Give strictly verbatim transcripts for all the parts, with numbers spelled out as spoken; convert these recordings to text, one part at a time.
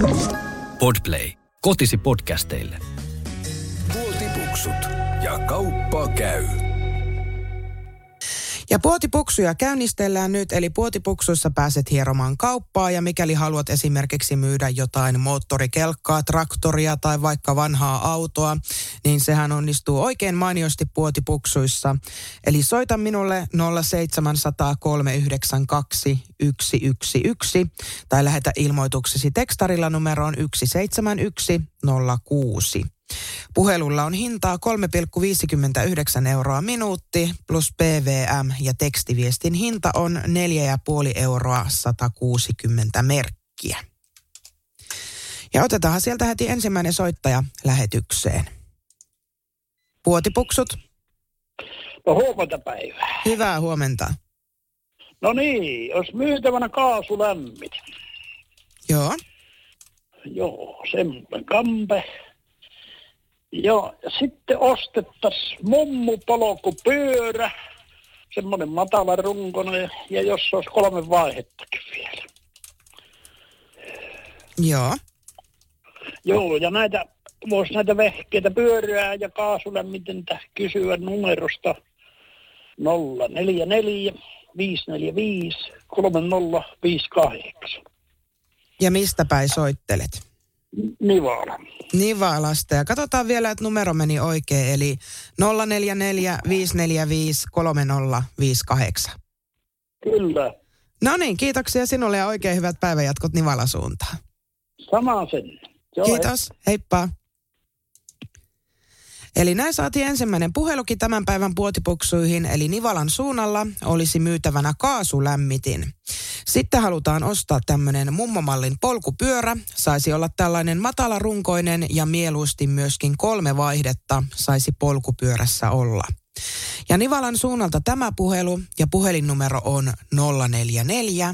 Podplay. Kotisi podcasteille. Puotipuksut ja kauppa käy. Ja puotipuksuja käynnistellään nyt, eli puotipuksuissa pääset hieromaan kauppaa ja mikäli haluat esimerkiksi myydä jotain moottorikelkkaa, traktoria tai vaikka vanhaa autoa, niin sehän onnistuu oikein mainiosti puotipuksuissa. Eli soita minulle nolla seitsemän nolla nolla kolme yhdeksän kaksi yksi yksi yksi tai lähetä ilmoituksesi tekstarilla numeroon yksi seitsemän yksi nolla kuusi. Puhelulla on hintaa kolme pilkku viisikymmentäyhdeksän euroa minuutti plus P V M ja tekstiviestin hinta on neljä pilkku viisi euroa sata kuusikymmentä merkkiä. Ja otetaanhan sieltä heti ensimmäinen soittaja lähetykseen. Puotipuksut. No huomenta päivää. Hyvää huomenta. No niin, jos myytävänä kaasulämmit. Joo. Joo, semmoinen kampe. Joo, sitten ostettaisiin mummupolkupyörä, semmoinen matala runkoinen, ja jos olisi kolme vaihettakin vielä. Joo. Joo, ja näitä, voisi näitä vehkeitä pyörää ja kaasulämmitintä kysyä numerosta nolla neljä neljä viisi neljä viisi kolme nolla viisi kahdeksan. Ja mistä päin soittelet? Nivala. Nivalasta. Ja katsotaan vielä, että numero meni oikein, eli nolla neljä neljä viisi neljä viisi kolme nolla viisi kahdeksan. Kyllä. No niin, kiitoksia sinulle ja oikein hyvät päivänjatkot Nivalan suuntaan. Sama sen. Joo, kiitos, hei. Heippa. Eli näin saatiin ensimmäinen puhelukin tämän päivän puotipuksuihin, eli Nivalan suunnalla olisi myytävänä kaasulämmitin. Sitten halutaan ostaa tämmöinen mummomallin polkupyörä, saisi olla tällainen matalarunkoinen ja mieluusti myöskin kolme vaihdetta saisi polkupyörässä olla. Ja Nivalan suunnalta tämä puhelu ja puhelinnumero on nolla neljä neljä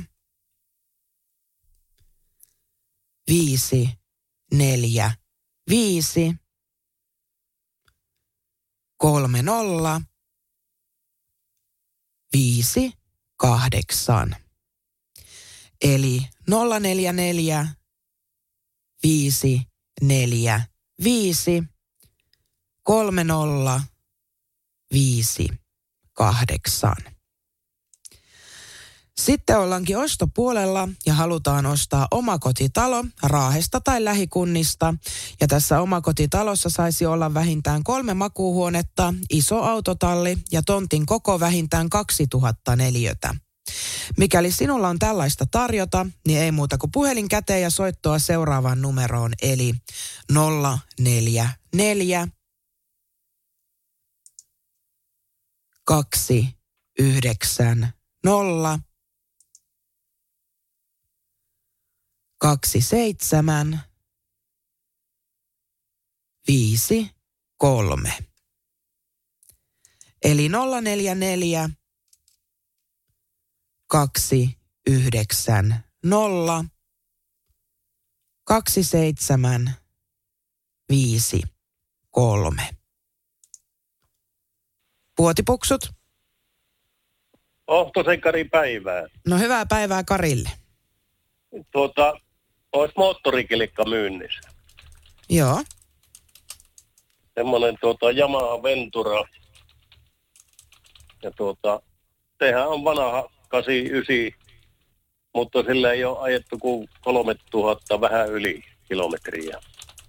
viisi neljä viisi kolme nolla viisi kahdeksan. Eli nolla neljä neljä viisi neljä viisi kolme nolla viisi kahdeksan. Sitten ollaankin ostopuolella ja halutaan ostaa omakotitalo Raahesta tai lähikunnista. Ja tässä omakotitalossa saisi olla vähintään kolme makuuhuonetta, iso autotalli ja tontin koko vähintään kaksituhatta neliötä. Mikäli sinulla on tällaista tarjota, niin ei muuta kuin puhelin käteen ja soittoa seuraavaan numeroon, eli nolla neljä neljä kaksi yhdeksän nolla kaksi seitsemän viisi kolme. Eli nolla neljä neljä kaksi yhdeksän nolla kaksi seitsemän viisi kolme. Puotipuksut. Ohtosen Kari päivää. No hyvää päivää Karille. Tuota, olisi moottorikilikka myynnissä. Joo. Semmoinen tuota Yamaha Ventura. Ja tuota, sehän on vanha kahdeksankymmentäyhdeksän, mutta sillä ei ole ajettu kuin kolmetuhatta vähän yli kilometriä.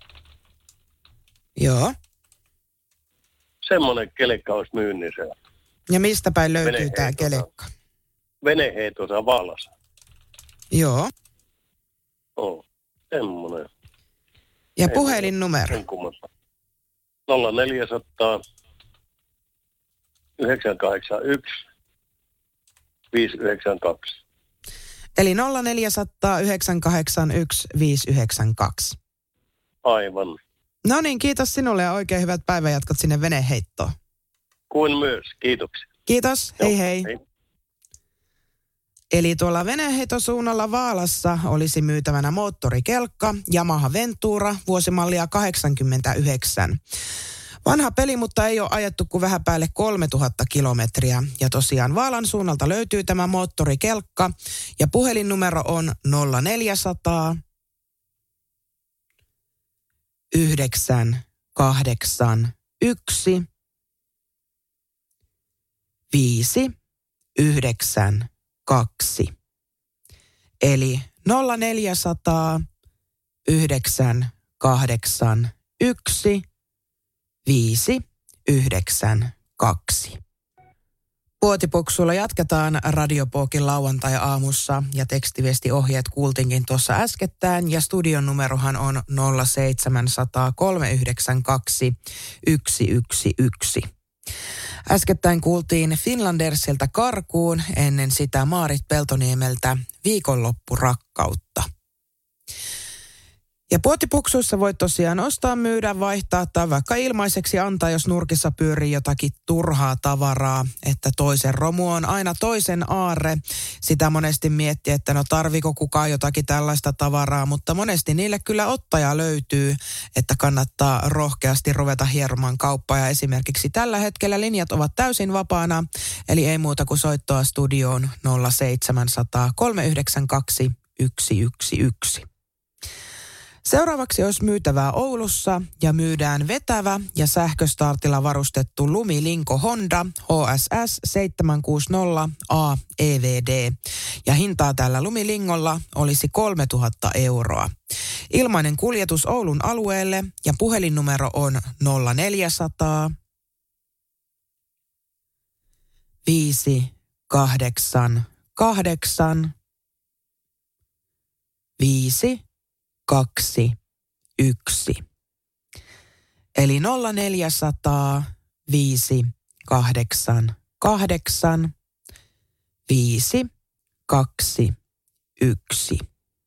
Joo. Semmoinen kelekka olisi myynnissä. Ja mistä päin löytyy tämä kelekka? Veneheitossa Vaalassa. Joo. On, semmoinen. Ja puhelinnumero? nolla neljä nolla nolla yhdeksän kahdeksan yksi viisi yhdeksän kaksi. Eli nolla neljä nolla nolla yhdeksän kahdeksan yksi viisi yhdeksän kaksi. Aivan. No niin, kiitos sinulle ja oikein hyvät päivänjatkot sinne veneheittoon. Kuin myös, kiitoksia. Kiitos, hei Joo, hei. hei. Eli tuolla veneheitosuunnalla Vaalassa olisi myytävänä moottorikelkka Yamaha Ventura vuosimallia kahdeksankymmentäyhdeksän. Vanha peli, mutta ei ole ajettu kuin vähän päälle kolmetuhatta kilometriä. Ja tosiaan Vaalan suunnalta löytyy tämä moottorikelkka ja puhelinnumero on nolla neljä nolla nolla yhdeksän kahdeksan yksi viisi yhdeksän kaksi. Eli nolla neljä nolla nolla yhdeksän kahdeksan yksi viisi yhdeksän kaksi. Puotipuksulla jatketaan Radiopokin lauantai-aamussa ja tekstiviestiohjeet kuultiinkin tuossa äskettäin ja studion numerohan on nolla seitsemän nolla nolla kolme yhdeksän kaksi yksi yksi yksi. Äskettäin kuultiin Finlandersilta Karkuun, ennen sitä Maarit Peltoniemeltä Viikonloppurakkautta. Ja puotipuksuissa voit tosiaan ostaa, myydä, vaihtaa tai vaikka ilmaiseksi antaa, jos nurkissa pyörii jotakin turhaa tavaraa, että toisen romu on aina toisen aarre. Sitä monesti miettii, että no tarviko kukaan jotakin tällaista tavaraa, mutta monesti niille kyllä ottaja löytyy, että kannattaa rohkeasti ruveta hieromaan kauppaa. Ja esimerkiksi tällä hetkellä linjat ovat täysin vapaana, eli ei muuta kuin soittoa studioon nolla seitsemän nolla nolla kolme yhdeksän kaksi yksi yksi yksi. Seuraavaksi olisi myytävää Oulussa ja myydään vetävä ja sähköstartilla varustettu Lumilinko Honda H S S seitsemän kuusi nolla A E V D. Ja hintaa tällä Lumilingolla olisi kolmetuhatta euroa. Ilmainen kuljetus Oulun alueelle ja puhelinnumero on nolla neljä nolla nolla viisi kahdeksan kahdeksan viisi kaksi yksi. Eli nolla neljä nolla nolla viisi kahdeksan kahdeksan viisi kaksi yksi.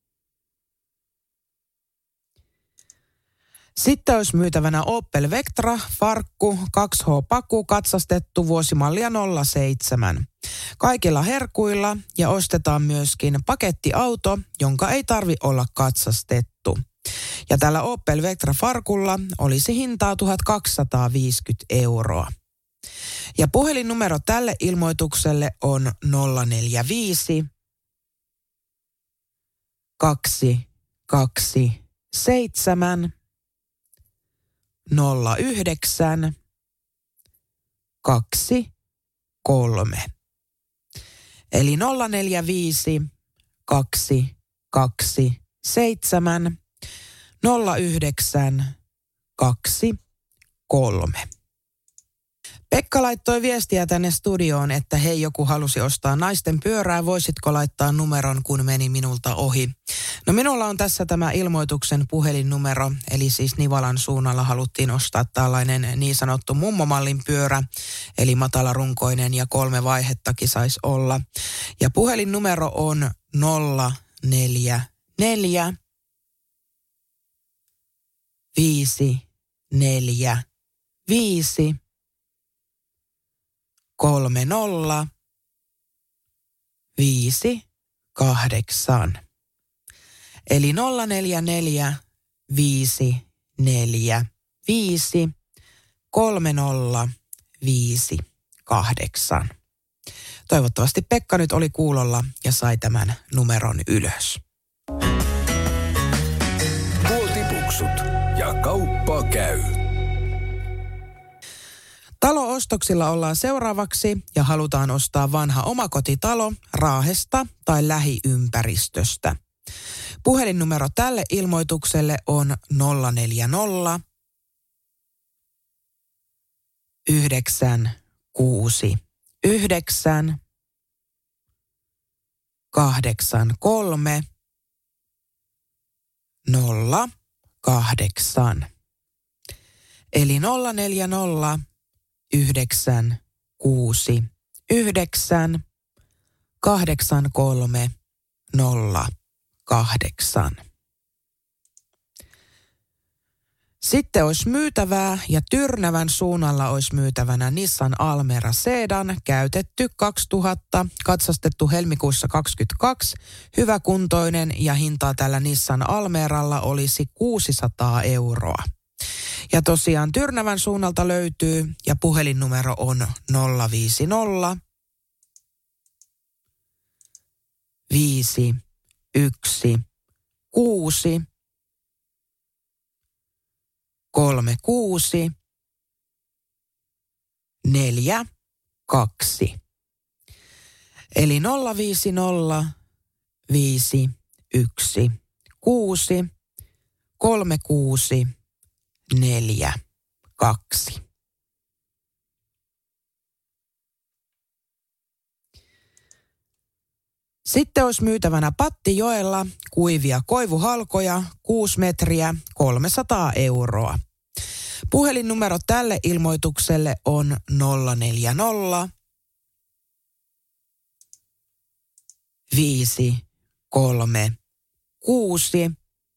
Sitten olisi myytävänä Opel Vectra, farkku, kaksi H-paku, katsastettu vuosimallia nolla seitsemän. Kaikilla herkuilla ja ostetaan myöskin pakettiauto, jonka ei tarvi olla katsastettu. Ja tällä Opel Vectra farkulla olisi hintaa tuhatkaksisataaviisikymmentä euroa. Ja puhelinnumero tälle ilmoitukselle on nolla neljä viisi kaksi kaksi seitsemän nolla yhdeksän kaksi kolme. Eli nolla neljä viisi kaksi kaksi seitsemän nolla yhdeksän kaksi kolme. Pekka laittoi viestiä tänne studioon, että hei, joku halusi ostaa naisten pyörää, voisitko laittaa numeron, kun meni minulta ohi. No minulla on tässä tämä ilmoituksen puhelinnumero, eli siis Nivalan suunnalla haluttiin ostaa tällainen niin sanottu mummomallin pyörä, eli matalarunkoinen ja kolme vaihettakin saisi olla. Ja puhelinnumero on nolla neljä neljä viisi neljä viisi kolme nolla viisi kahdeksan. Eli nolla neljä neljä viisi neljä viisi kolme nolla viisi kahdeksan. Toivottavasti Pekka nyt oli kuulolla ja sai tämän numeron ylös. Puotipuksut ja kauppa käy. Talo-ostoksilla ollaan seuraavaksi ja halutaan ostaa vanha omakotitalo Raahesta tai lähiympäristöstä. Puhelinnumero tälle ilmoitukselle on nolla neljä nolla yhdeksän kuusi yhdeksän kahdeksan kolme nolla kahdeksan. Eli nolla neljä nolla yhdeksän kuusi yhdeksän kahdeksan kolme nolla kahdeksan. Sitten olisi myytävää ja Tyrnävän suunnalla olisi myytävänä Nissan Almera Sedan, käytetty kaksituhatta, katsastettu helmikuussa kaksikymmentäkaksi, hyväkuntoinen ja hintaa tällä Nissan Almeralla olisi kuusisataa euroa. Ja tosiaan Tyrnävän suunnalta löytyy ja puhelinnumero on nolla viisi nolla viisi yksi kuusi kolme kuusi neljä kaksi. Eli nolla viisi nolla viisi yksi kuusi kolme kuusi neljä kaksi. Sitten olisi myytävänä Pattijoella kuivia koivuhalkoja, kuusi metriä, kolmesataa euroa. Puhelinnumero tälle ilmoitukselle on nolla neljä nolla viisi kolme kuusi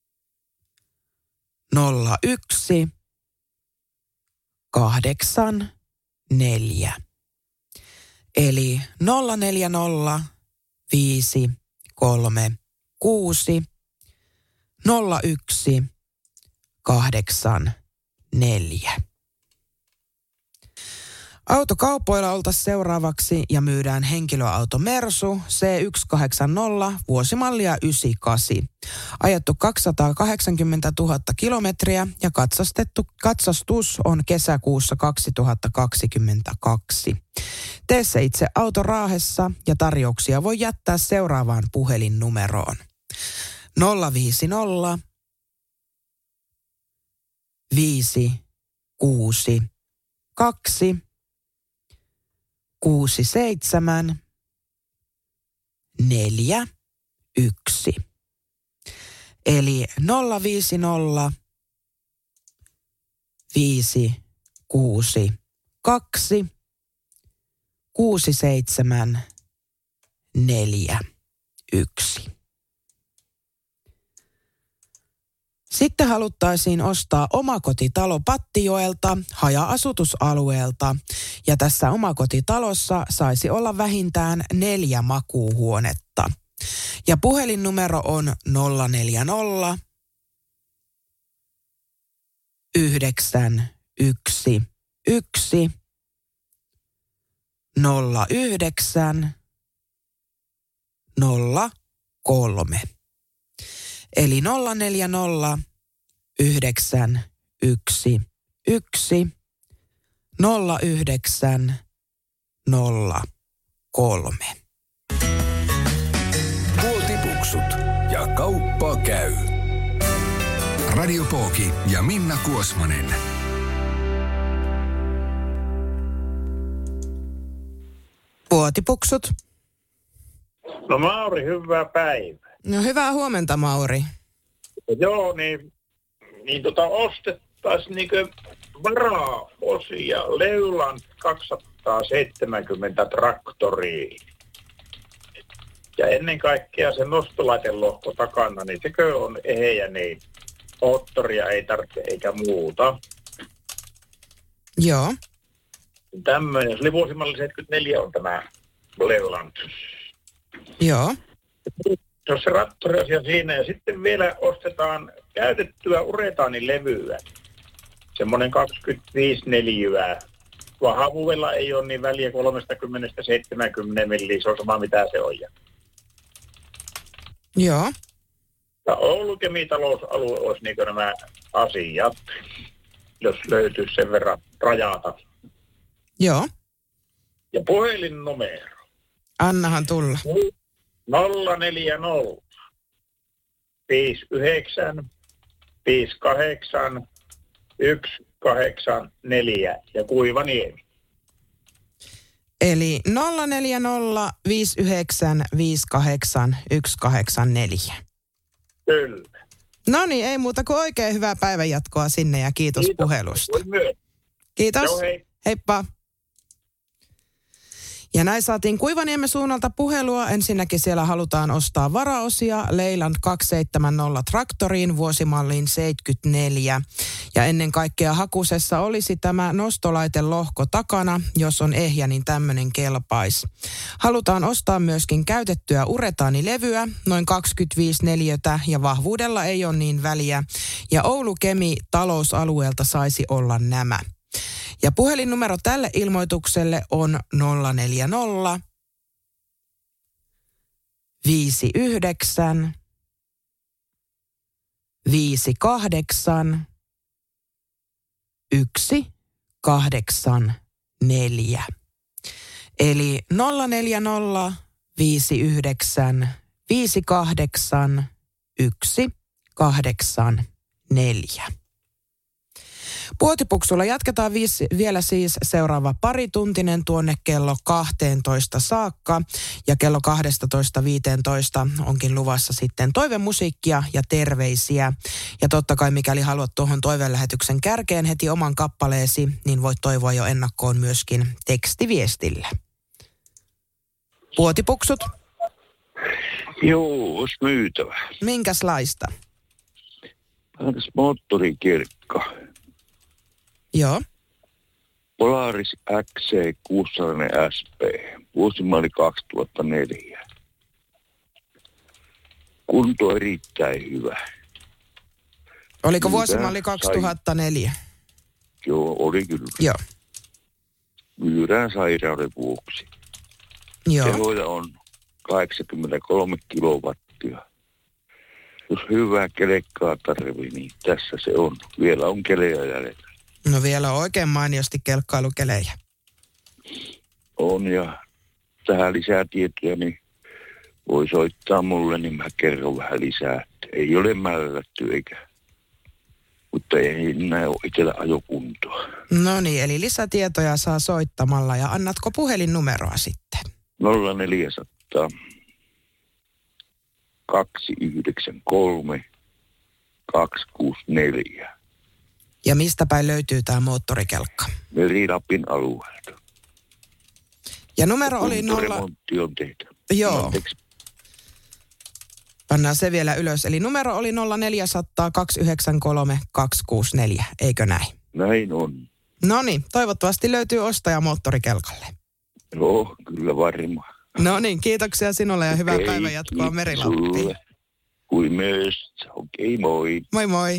nolla yksi kahdeksan neljä. Eli nolla neljä nolla viisi kolme kuusi nolla yksi kahdeksan neljä. Autokaupoilla oltaisiin seuraavaksi ja myydään henkilöauto Mersu C yksi kahdeksankymmentä vuosimallia yhdeksänkymmentäkahdeksan. Ajettu kaksisataakahdeksankymmentätuhatta kilometriä ja katsastettu, katsastus on kesäkuussa kaksituhattakaksikymmentäkaksi. Tee se itse auto Raahessa ja tarjouksia voi jättää seuraavaan puhelinnumeroon. nolla viisi nolla viisi kuusi kaksi kuusi seitsemän neljä yksi. Eli nolla viisi nolla viisi kuusi kaksi kuusi seitsemän neljä yksi. Sitten haluttaisiin ostaa omakotitalo Pattijoelta, haja-asutusalueelta. Ja tässä omakotitalossa saisi olla vähintään neljä makuuhuonetta. Ja puhelinnumero on nolla neljä nolla yhdeksän yksi yksi nolla yhdeksän nolla kolme. Eli nolla neljä nolla yhdeksän yksi yksi nolla yhdeksän nolla kolme. Puotipuksut ja kauppa käy. Radio Pooki ja Minna Kuosmanen. Puotipuksut. No Mauri, hyvää päivää. No hyvää huomenta, Mauri. Joo, niin, niin tota ostettaisiin niinkö varaosia Leuland kaksisataaseitsemänkymmentä traktoria. Ja ennen kaikkea se nostolaitelohko takana, niin sekö on eheä, niin moottoria ei tarvitse eikä muuta. Joo. Tämmöinen, se oli vuosimalli seitsemänkymmentäneljä on tämä Leuland. Joo. Se on se traktoriasia siinä ja sitten vielä ostetaan käytettyä uretaanilevyä. Semmoinen kaksikymmentäviisi neliöä. Vahvuudella ei ole niin väliä kolmekymmentä seitsemänkymmentä milliä, se on sama mitä se on. Joo. Ja Oulun kemitalousalue olisi niin kuin nämä asiat, jos löytyisi sen verran rajata. Joo. Ja puhelinnumero. Annahan tulla. nolla neljä nolla viisi yhdeksän viisi kahdeksan yksi kahdeksan neljä ja Kuivaniemi. Eli nolla neljä nolla viisi yhdeksän viisi kahdeksan yksi kahdeksan neljä. Kyllä. No niin, ei muuta kuin oikein hyvää päivänjatkoa sinne ja kiitos, kiitos puhelusta. Kiitos. Joo, hei. Heippa. Ja näin saatiin Kuivaniemen suunnalta puhelua. Ensinnäkin siellä halutaan ostaa varaosia Leyland kaksisataaseitsemänkymmentä traktoriin vuosimalliin seitsemänkymmentäneljä. Ja ennen kaikkea hakusessa olisi tämä nostolaitelohko takana. Jos on ehjä, niin tämmöinen kelpais. Halutaan ostaa myöskin käytettyä uretaanilevyä, noin kaksikymmentäviisi neliötä ja vahvuudella ei ole niin väliä. Ja Oulu Kemi talousalueelta saisi olla nämä. Ja puhelinnumero tälle ilmoitukselle on nolla neljä nolla viisi yhdeksän viisi kahdeksan yksi kahdeksan neljä. Eli nolla neljä nolla viisi yhdeksän viisi kahdeksan yksi kahdeksan neljä. Puotipuksulla jatketaan viisi, vielä siis seuraava parituntinen tuonne kello kahteentoista saakka. Ja kello kaksitoista viisitoista onkin luvassa sitten toivemusiikkia ja terveisiä. Ja totta kai mikäli haluat tuohon toivelähetyksen kärkeen heti oman kappaleesi, niin voit toivoa jo ennakkoon myöskin tekstiviestillä. Puotipuksut? Joo, olisi myytävä. Minkäslaista? Päätäs moottorikirkka. Joo. Polaris X C kuusisataa S P. Vuosimalli kaksituhattaneljä. Kunto erittäin hyvä. Oliko vuosimalli kaksituhattaneljä? Sai... Joo, oli kyllä. Joo. Myydään sairauden vuoksi. Joo. Tehoja on kahdeksankymmentäkolme kilowattia. Jos hyvää kelekkaa tarvii, niin tässä se on. Vielä on kelejä jäljellä. No vielä on oikein mainiosti kelkkailukelejä. On, ja tähän lisää tietoja, niin voi soittaa mulle, niin mä kerron vähän lisää. Ei ole mällätty eikä, mutta ei näe ole itsellä ajokuntoa. No niin, eli lisätietoja saa soittamalla, ja annatko puhelinnumeroa sitten? nolla neljä nolla nolla kaksi yhdeksän kolme kaksi kuusi neljä. Ja mistä päin löytyy tämä moottorikelkka? Meri-Lapin alueelta. Ja numero oli nolla... Remontti on tehty. Joo. Pannaan se vielä ylös. Eli numero oli nolla neljä nolla nolla kaksi yhdeksän kolme kaksi kuusi neljä, eikö näin? Näin on. No niin, toivottavasti löytyy ostaja moottorikelkalle. Joo, kyllä varmaan. No niin, kiitoksia sinulle ja hyvää Okei, päivänjatkoa Meri-Lappiin. Kuin myös. Okei, moi. Moi moi.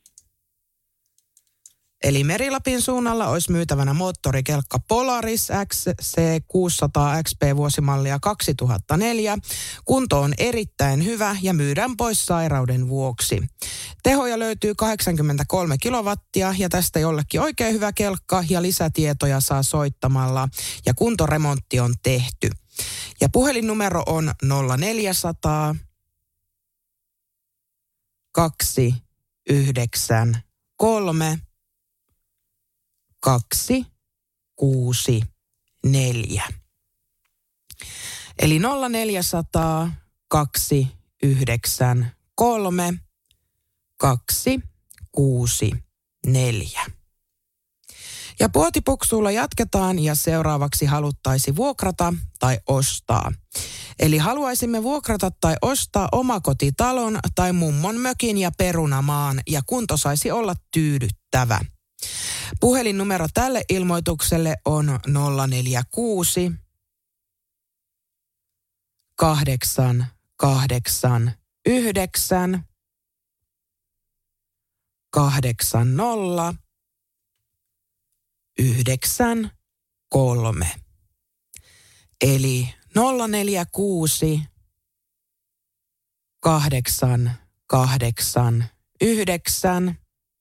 Eli Meri-Lapin suunnalla olisi myytävänä moottorikelkka Polaris X C kuusisataa X P vuosimallia kaksituhattaneljä. Kunto on erittäin hyvä ja myydään pois sairauden vuoksi. Tehoja löytyy kahdeksankymmentäkolme kilowattia ja tästä jollekin oikein hyvä kelkka ja lisätietoja saa soittamalla ja kuntoremontti on tehty. Ja puhelinnumero on nolla neljä nolla nolla kaksi yhdeksän kolme kaksi kuusi neljä. Eli nolla neljä nolla nolla kaksi yhdeksän kolme kaksi kuusi neljä. Ja Puotipuksulla jatketaan ja seuraavaksi haluttaisi vuokrata tai ostaa. Eli haluaisimme vuokrata tai ostaa omakotitalon tai mummon mökin ja perunamaan ja kunto saisi olla tyydyttävä. Puhelinnumero tälle ilmoitukselle on nolla neljä kuusi kahdeksan kahdeksan yhdeksän kahdeksan nolla yhdeksän kolme. Eli nolla neljä kuusi kahdeksan kahdeksan yhdeksän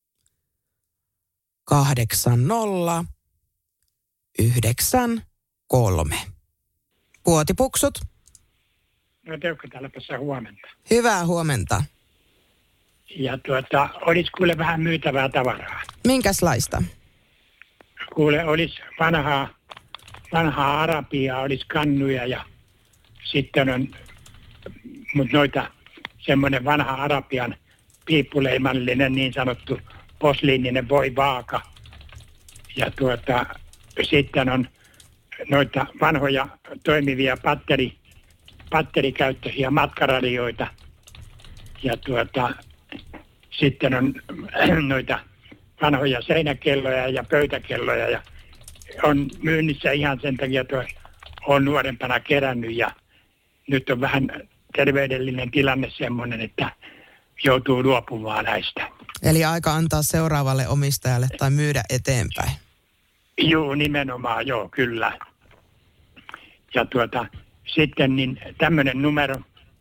kahdeksan nolla yhdeksän kolme. Puotipuksut. No Teukka täällä tässä huomenta. Hyvää huomenta. Ja tuota, olisi kuule vähän myytävää tavaraa. Minkäslaista? Kuule, olisi vanhaa, vanhaa arabiaa, olisi kannuja ja sitten on, mutta noita semmoinen vanha arabian piippuleimallinen niin sanottu posliininen voivaaka. Ja tuota, sitten on noita vanhoja toimivia patteri, patterikäyttöisiä matkaradioita. Ja tuota, sitten on noita vanhoja seinäkelloja ja pöytäkelloja. Ja on myynnissä ihan sen takia, että olen nuorempana kerännyt ja nyt on vähän terveydellinen tilanne semmoinen, että joutuu luopumaan näistä. Eli aika antaa seuraavalle omistajalle tai myydä eteenpäin. Joo, nimenomaan, joo, kyllä. Ja tuota, sitten niin tämmöinen numero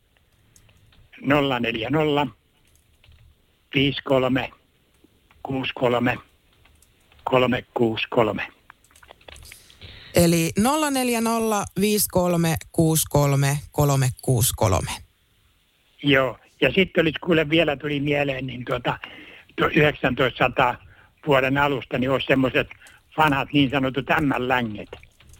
nolla neljä nolla viisi kolme kuusi kolme kolme kuusi kolme. Eli nolla neljä nolla viisi kolme kuusi kolme kolme kuusi kolme. Joo, ja sitten olisi kuule vielä tuli mieleen, niin tuota yhdeksäntoistasataa vuoden alusta, niin olisi semmoiset vanhat niin sanotut ämmänlänget.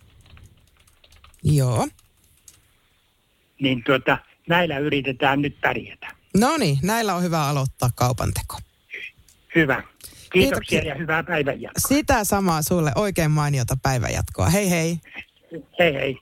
Joo. Niin tuota, näillä yritetään nyt pärjätä. No niin, näillä on hyvä aloittaa kaupanteko. Hyvä. Kiitoksia, Kiitoksia. ja hyvää päivänjatkoa. Sitä samaa sulle, oikein mainiota päivänjatkoa. Hei hei. Hei hei.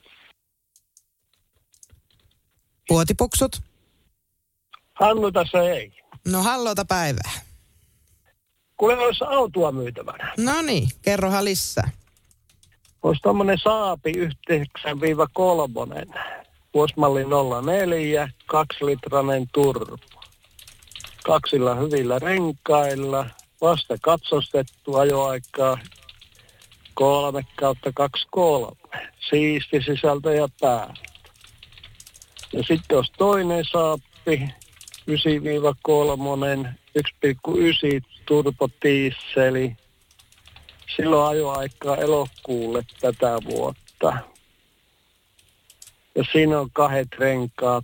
Puotipuksut. Hannu tässä ei. No hallota päivää. Kuule, olisi autoa myytävänä. No niin, kerrohan lisää. Olisi tommonen Saapi yhdeksän kolme, vuosimalli nolla neljä, kaksilitrainen turbo. Kaksilla hyvillä renkailla, vasta katsostettu ajoaikaa kolme kautta kaksi kolme. Siisti sisältö ja päällä. Ja sitten olisi toinen Saapi yhdeksän kolme, yksi pilkku yhdeksän turbodiisseli. Silloin ajoaikaa elokuulle tätä vuotta. Ja siinä on kahdet renkaat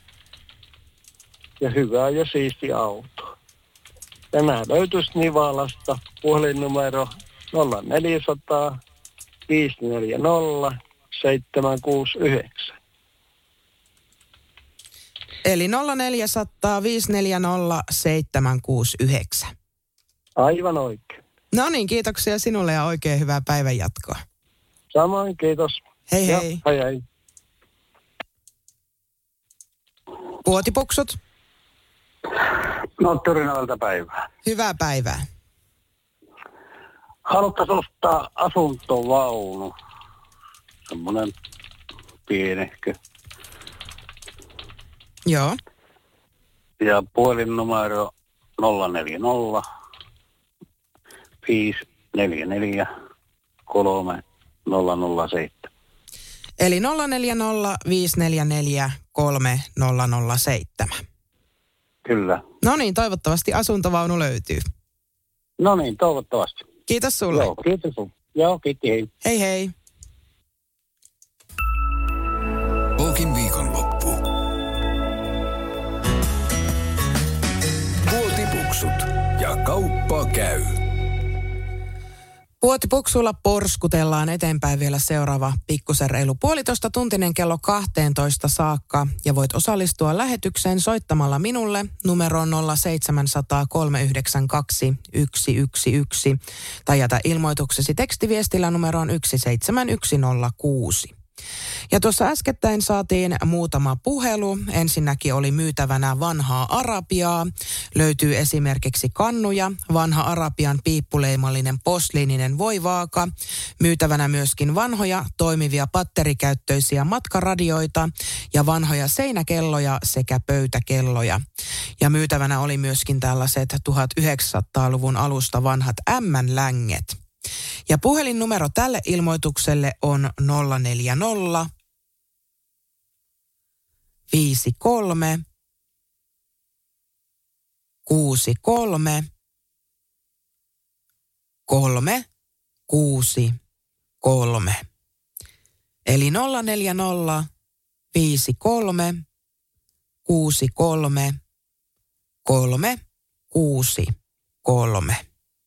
ja hyvä ja siisti auto. Ja nämä löytyisi Nivalasta, puhelinnumero nolla neljä nolla nolla viisi neljä nolla seitsemän kuusi yhdeksän. Eli nolla neljä nolla nolla viisi neljä nolla seitsemän kuusi yhdeksän. Aivan oikein. No niin, kiitoksia sinulle ja oikein hyvää päivänjatkoa. Samoin, kiitos. Hei ja, hei. hei hei. Puotipuksut. No Tyrnävältä päivää. Hyvää päivää. Haluttaisiin ostaa asuntovaunu. Semmoinen pienehkö. Joo. Ja puhelinnumero nolla neljä nolla viisi neljä neljä kolme nolla nolla seitsemän. Eli nolla neljä nolla viisi neljä neljä kolme nolla nolla seitsemän. Kyllä. No niin, toivottavasti asuntovaunu löytyy. No niin, toivottavasti. Kiitos sulle. Joo, kiitos. Joo, kiitti, hei. Hei hei. Pookin viikonloppu. Puotipuksut ja kauppa käy. Puotipuksulla porskutellaan eteenpäin vielä seuraava pikkusen reilu puolitoista tuntinen kello kahteentoista saakka. Ja voit osallistua lähetykseen soittamalla minulle numeroon nolla seitsemän nolla nolla kolme yhdeksän kaksi yksi yksi yksi tai jätä ilmoituksesi tekstiviestillä numeroon yksi seitsemän yksi nolla kuusi. Ja tuossa äskettäin saatiin muutama puhelu. Ensinnäkin oli myytävänä vanhaa Arabiaa. Löytyy esimerkiksi kannuja, vanha Arabian piippuleimallinen posliininen voivaaka. Myytävänä myöskin vanhoja toimivia patterikäyttöisiä matkaradioita ja vanhoja seinäkelloja sekä pöytäkelloja. Ja myytävänä oli myöskin tällaiset tuhatyhdeksänsataaluvun alusta vanhat ämmänlänget. Ja puhelinnumero tälle ilmoitukselle on nolla neljä nolla viisi kolme kuusi kolme kolme kuusi kolme. Eli nolla neljä nolla viisi kolme kuusi kolme kolme kuusi kolme.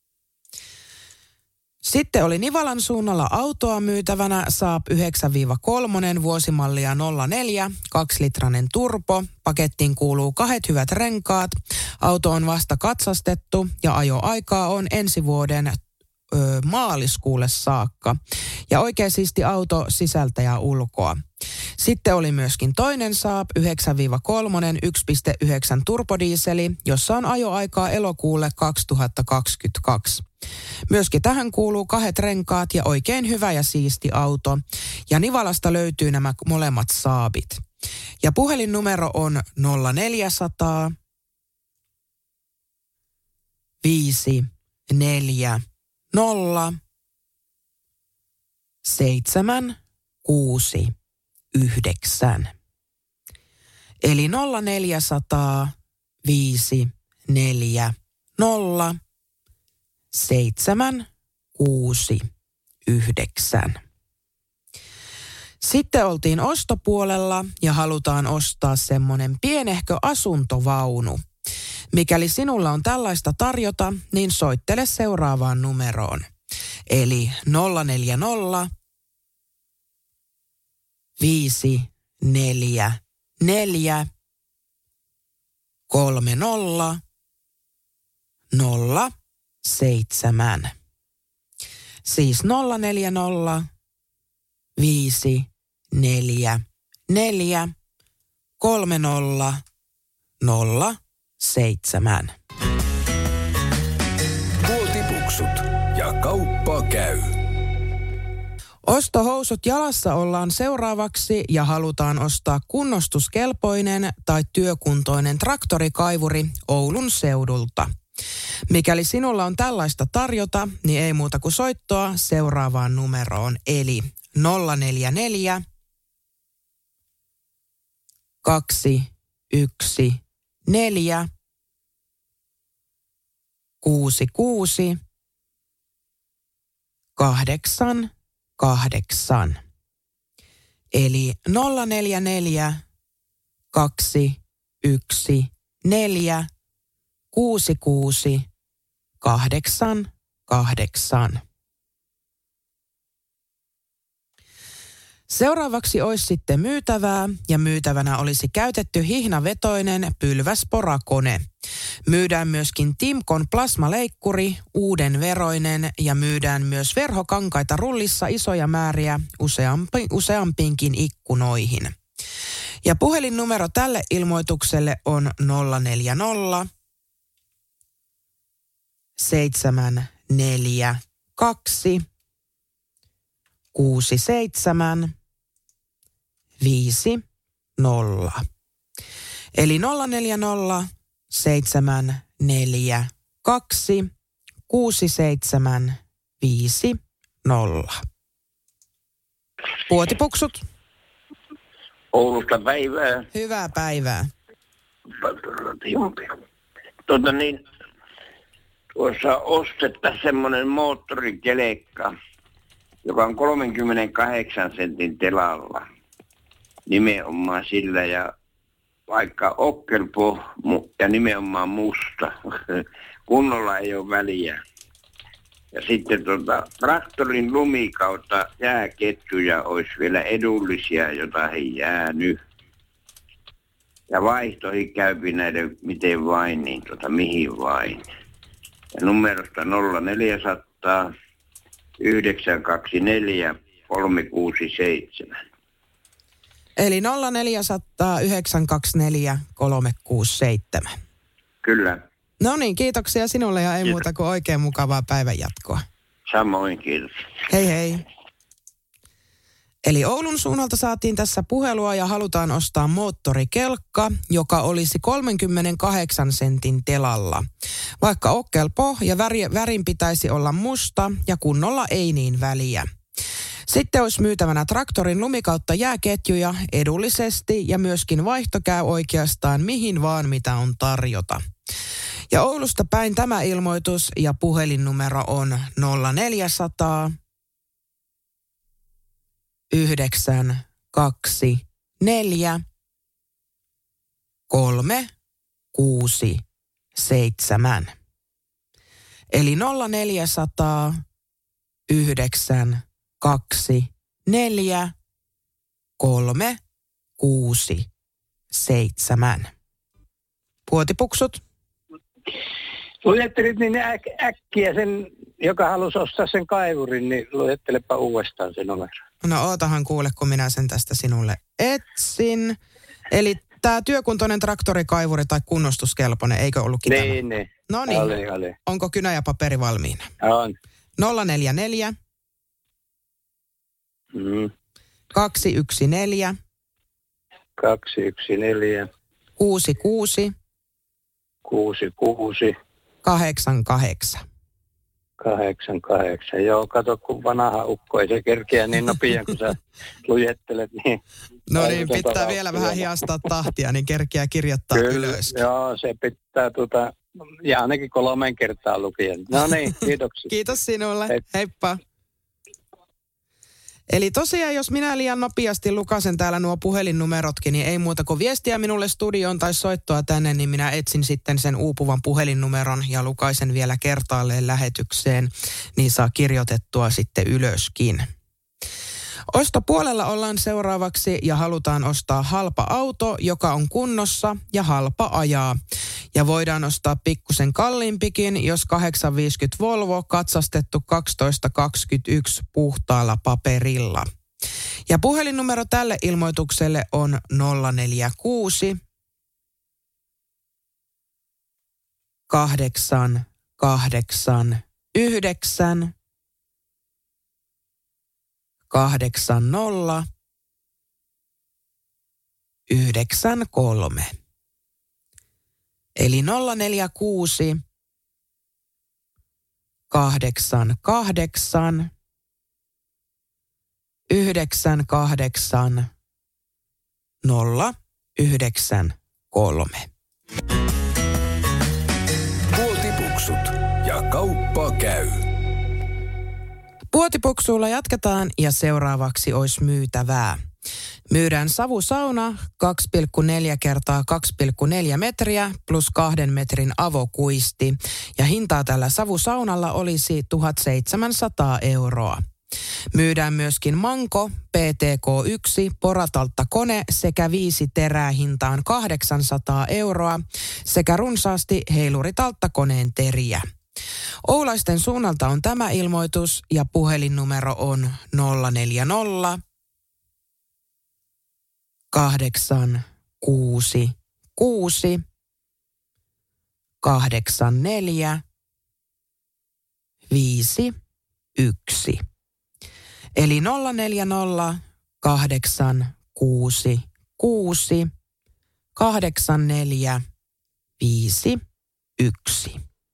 Sitten oli Nivalan suunnalla autoa myytävänä Saab yhdeksän kolme vuosimallia nolla neljä, kaksilitrainen turbo. Pakettiin kuuluu kahdet hyvät renkaat. Auto on vasta katsastettu ja ajoaikaa on ensi vuoden ö, maaliskuulle saakka. Ja oikein siisti auto sisältä ja ulkoa. Sitten oli myöskin toinen Saab yhdeksän kolme yksi pilkku yhdeksän turbodiiseli, jossa on ajoaikaa elokuulle kaksituhattakaksikymmentäkaksi. Myöskin tähän kuuluu kahdet renkaat ja oikein hyvä ja siisti auto. Ja Nivalasta löytyy nämä molemmat Saabit. Ja puhelinnumero on nolla neljä nolla nolla viisi neljä nolla seitsemän kuusi yhdeksän. Eli nolla neljä nolla nolla viisi neljä nolla seitsemän kuusi yhdeksän. Sitten oltiin ostopuolella ja halutaan ostaa semmoinen pienehkö asuntovaunu. Mikäli sinulla on tällaista tarjota, niin soittele seuraavaan numeroon. Eli nolla neljä nolla viisi neljä neljä kolme nolla nolla seitsemän. Siis nolla neljä nolla viisi neljä neljä kolme nolla nolla seitsemän. Muotipuksut ja kauppa käy. Ostohousut jalassa ollaan seuraavaksi ja halutaan ostaa kunnostuskelpoinen tai työkuntoinen traktorikaivuri Oulun seudulta. Mikäli sinulla on tällaista tarjota, niin ei muuta kuin soittoa seuraavaan numeroon, eli nolla neljä neljä kaksi yksi neljä kuusi kuusi kahdeksan kahdeksan. Eli nolla neljä neljä kaksi yksi neljä kuusi kuusi kahdeksan kahdeksan. Seuraavaksi olisi sitten myytävää ja myytävänä olisi käytetty hihnavetoinen pylväsporakone. Myydään myöskin Timkon plasmaleikkuri, uuden veroinen ja myydään myös verhokankaita rullissa isoja määriä useampi, useampiinkin ikkunoihin. Ja puhelinnumero tälle ilmoitukselle on nolla neljä nolla seitsemän neljä kaksi kuusi seitsemän viisi nolla. Eli nolla neljä nolla seitsemän neljä kaksi kuusi seitsemän viisi nolla. Puotipuksut. Oulusta päivää. Hyvää päivää. Tuota niin, tuossa ostettaisiin semmoinen moottorikelekka, joka on kolmekymmentäkahdeksan sentin telalla. Nimenomaan sillä ja vaikka okkelpo ja nimenomaan musta. Kunnolla ei ole väliä. Ja sitten tuota, traktorin lumikautta jääketjuja olisi vielä edullisia, jota ei jäänyt. Ja vaihtoihin käypi näiden miten vain, niin tuota, mihin vain. Ja numerosta nolla neljä nolla nolla yhdeksän kaksi neljä kolme kuusi seitsemän. Eli nolla neljä nolla nolla yhdeksän kaksi neljä kolme kuusi seitsemän. Kyllä. No niin, kiitoksia sinulle ja ei kiitos. Muuta kuin oikein mukavaa päivänjatkoa. Samoin, kiitos. Hei hei. Eli Oulun suunnalta saatiin tässä puhelua ja halutaan ostaa moottorikelkka, joka olisi kolmekymmentäkahdeksan sentin telalla. Vaikka okkelpo ja väri, värin pitäisi olla musta ja kunnolla ei niin väliä. Sitten olisi myytävänä traktorin lumikautta jääketjuja edullisesti ja myöskin vaihto käy oikeastaan mihin vaan mitä on tarjota. Ja Oulusta päin tämä ilmoitus ja puhelinnumero on nolla neljä nolla nolla yhdeksän kaksi neljä kolme kuusi seitsemän. Eli nolla neljä nolla nolla yhdeksän kaksi neljä kolme kuusi seitsemän. Puotipuksut. Luettelit niin äk- äkkiä sen, joka halusi ostaa sen kaivurin, niin luettelepa uudestaan sen numero. No ootahan kuule, kun minä sen tästä sinulle etsin. Eli tämä työkuntoinen traktorikaivuri tai kunnostuskelpoinen, eikö ollutkin tämä? Niin, niin. No niin. Oli, oli. Onko kynä ja paperi valmiina? On. nolla neljä neljä Mm. kaksi yksi neljä kaksi yksi neljä kuusi kuusi kuusi kuusi kahdeksan kahdeksan. kahdeksan kahdeksan. Joo, kato kun vanha ukko ei se kerkeä niin nopean, kun sä lujettelet. Niin no niin, pitää vielä vähän hiastaa tahtia, niin kerkeää kirjoittaa Kyllä, ylös. Joo, se pitää tuota ja ainakin kolmen kertaa lukien. No niin, kiitoksia. Kiitos sinulle. Hei. Heippa. Eli tosiaan, jos minä liian nopeasti lukasen täällä nuo puhelinnumerotkin, niin ei muuta kuin viestiä minulle studioon tai soittoa tänne, niin minä etsin sitten sen uupuvan puhelinnumeron ja lukaisen vielä kertaalleen lähetykseen, niin saa kirjoitettua sitten ylöskin. Ostopuolella ollaan seuraavaksi ja halutaan ostaa halpa auto, joka on kunnossa ja halpa ajaa. Ja voidaan ostaa pikkusen kalliimpikin, jos kahdeksansataaviisikymmentä Volvo katsastettu kaksitoista kaksikymmentäyksi puhtaalla paperilla. Ja puhelinnumero tälle ilmoitukselle on nolla neljä kuusi kahdeksan kahdeksan yhdeksän kahdeksan nolla yhdeksän kolme. Eli nolla neljä kuusi kahdeksan kahdeksan yhdeksän kahdeksan nolla yhdeksän kolme. Puotipuksut ja kauppa käy. Puotipuksuilla jatketaan ja seuraavaksi olisi myytävää. Myydään savusauna kaksi pilkku neljä kertaa kaksi pilkku neljä metriä plus kahden metrin avokuisti. Ja hintaa tällä savusaunalla olisi tuhatseitsemänsataa euroa. Myydään myöskin manko, P T K yksi, porataltta kone sekä viisi terää hintaan kahdeksansataa euroa sekä runsaasti heiluritaltta koneen teriä. Oulaisten suunnalta on tämä ilmoitus ja puhelinnumero on nolla neljä nolla kahdeksan kuusi kuusi kahdeksan neljä viisi yksi. Eli nolla neljä nolla kahdeksan kuusi kuusi kahdeksan neljä viisi yksi.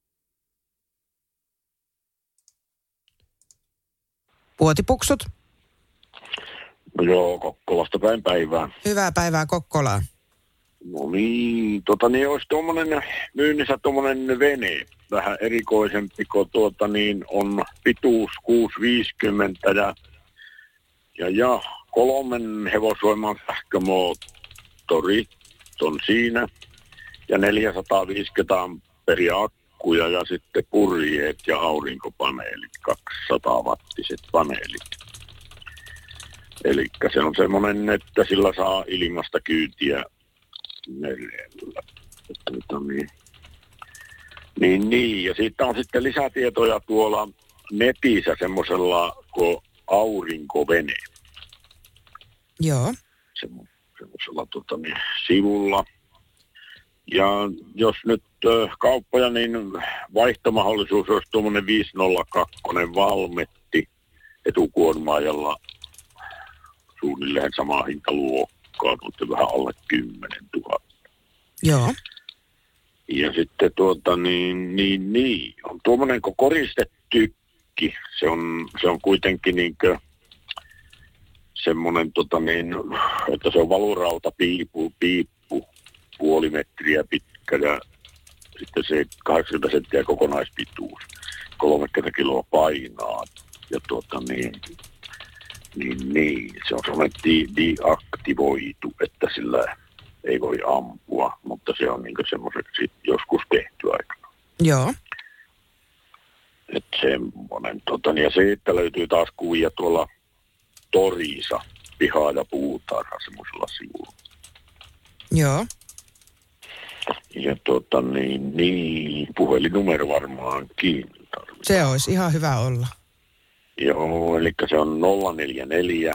Puotipuksut. No joo, Kokkolasta päin päivää. Hyvää päivää Kokkolaan. No niin, tota niin, olisi tuommoinen myynnissä tuommoinen vene, vähän erikoisempi, kun tuota niin on pituus kuusi viisikymmentä ja, ja, ja kolmen hevosvoiman sähkömoottori on siinä ja neljäsataaviisikymmentä amperia akkuja ja sitten purjeet ja aurinkopaneelit, kaksisataa wattiset paneelit. Eli se on semmoinen, että sillä saa ilmasta kyytiä merellä. Niin. niin, niin. Ja siitä on sitten lisätietoja tuolla netissä semmoisella kuin aurinkovene. Joo. Semmo, semmoisella tota, niin, sivulla. Ja jos nyt äh, kauppoja, niin vaihtomahdollisuus olisi tuommoinen viisi nolla kaksi Valmetti etukuormaajalla suunnilleen samaa hintaluokkaa, mutta vähän alle kymmenen tuhatta. Joo. Ja sitten tuota niin, niin, niin. On tuommoinen kuin koristetykki. Se on, se on kuitenkin niinkö semmoinen tota niin, että se on valurauta piippu, piippu puoli metriä pitkä ja sitten se kahdeksankymmentä senttiä kokonaispituus. kolmekymmentä kiloa painaa. Ja tuota niin, niin, niin. Se on semmoinen di- deaktivoitu, että sillä ei voi ampua, mutta se on niin semmoiseksi joskus tehty aikana. Joo. Että semmoinen. Tota, ja se, että löytyy taas kuvia tuolla Torissa, pihaa ja puutarha semmoisella sivulla. Joo. Ja tota niin, niin puhelinnumero varmaankin tarvitaan. Se olisi ihan hyvä olla. Joo, eli se on nolla neljä neljä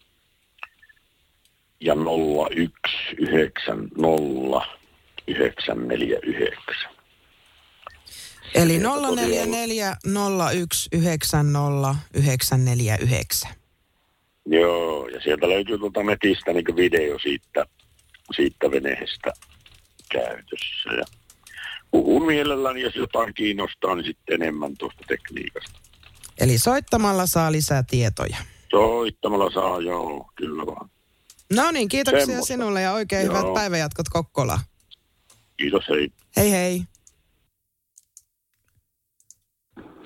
ja nolla yksi yhdeksän nolla yhdeksän neljä yhdeksän. Eli nolla neljä neljä nolla yksi yhdeksän nolla yhdeksän neljä yhdeksän. Joo, ja sieltä löytyy tuolta netistä niin video siitä, siitä veneestä käytössä. Ja puhun mielelläni, jos jotain kiinnostaa, niin sitten enemmän tuosta tekniikasta. Eli soittamalla saa lisää tietoja. Soittamalla saa, joo, kyllä vaan. No niin, kiitoksia Semmosta. sinulle ja oikein Joo. hyvät päivänjatkot Kokkolaan. Kiitos, hei. Hei hei.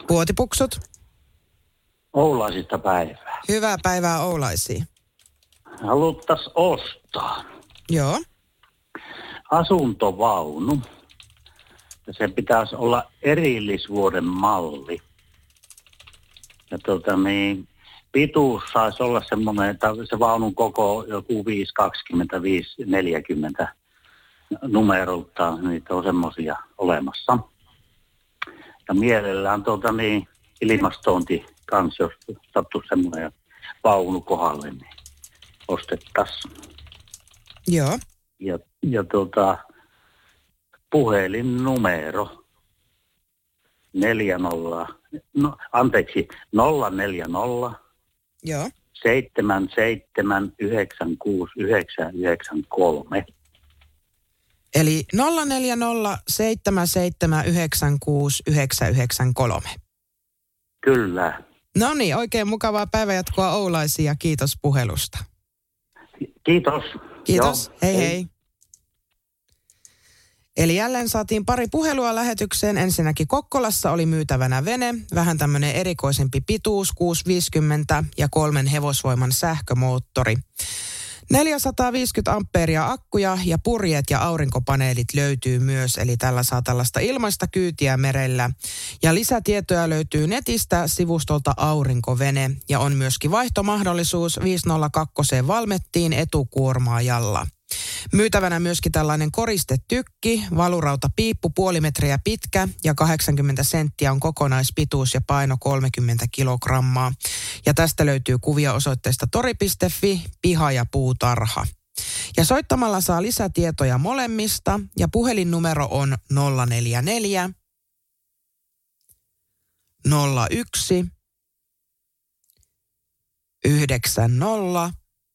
Puotipuksut. Oulaisista päivää. Hyvää päivää Oulaisiin. Haluttais ostaa Joo. asuntovaunu. Se pitäisi olla erillisvuoden malli. Ja tota niin, pituus saisi olla semmoinen, että se vaunun koko joku viisi kaksikymmentä viisi neljäkymmentä numerolta, niitä on semmoisia olemassa. Ja mielellään tuota niin, ilmastointi kanssa, jos sattuu semmoinen vaunu kohdalle, niin ostettaisiin. Joo. Ja, ja tuota, puhelinnumero neljä nolla, no, anteeksi, nolla neljä nolla Joo. seitsemän seitsemän yhdeksän kuusi yhdeksän yhdeksän kolme. Eli nolla neljä nolla seitsemän seitsemän yhdeksän kuusi yhdeksän yhdeksän kolme. Kyllä. No niin, oikein mukavaa päivänjatkoa Oulaisiin ja kiitos puhelusta. Kiitos. Kiitos, Joo. hei hei. Eli jälleen saatiin pari puhelua lähetykseen. Ensinnäkin Kokkolassa oli myytävänä vene, vähän tämmöinen erikoisempi pituus, kuusi viisikymmentä ja kolmen hevosvoiman sähkömoottori. neljäsataaviisikymmentä ampeeria akkuja ja purjeet ja aurinkopaneelit löytyy myös, eli tällä saa tällaista ilmaista kyytiä merellä. Ja lisätietoja löytyy netistä sivustolta Aurinkovene ja on myöskin vaihtomahdollisuus viisisataakaksi Valmettiin etukuormaajalla. Myytävänä myöskin tällainen koristetykki, valurauta piippu puoli metriä pitkä ja kahdeksankymmentä senttiä on kokonaispituus ja paino kolmekymmentä kilogrammaa. Ja tästä löytyy kuvia osoitteesta tori piste fi, piha ja puutarha. Ja soittamalla saa lisätietoja molemmista ja puhelinnumero on nolla neljä neljä nolla yksi yhdeksän nolla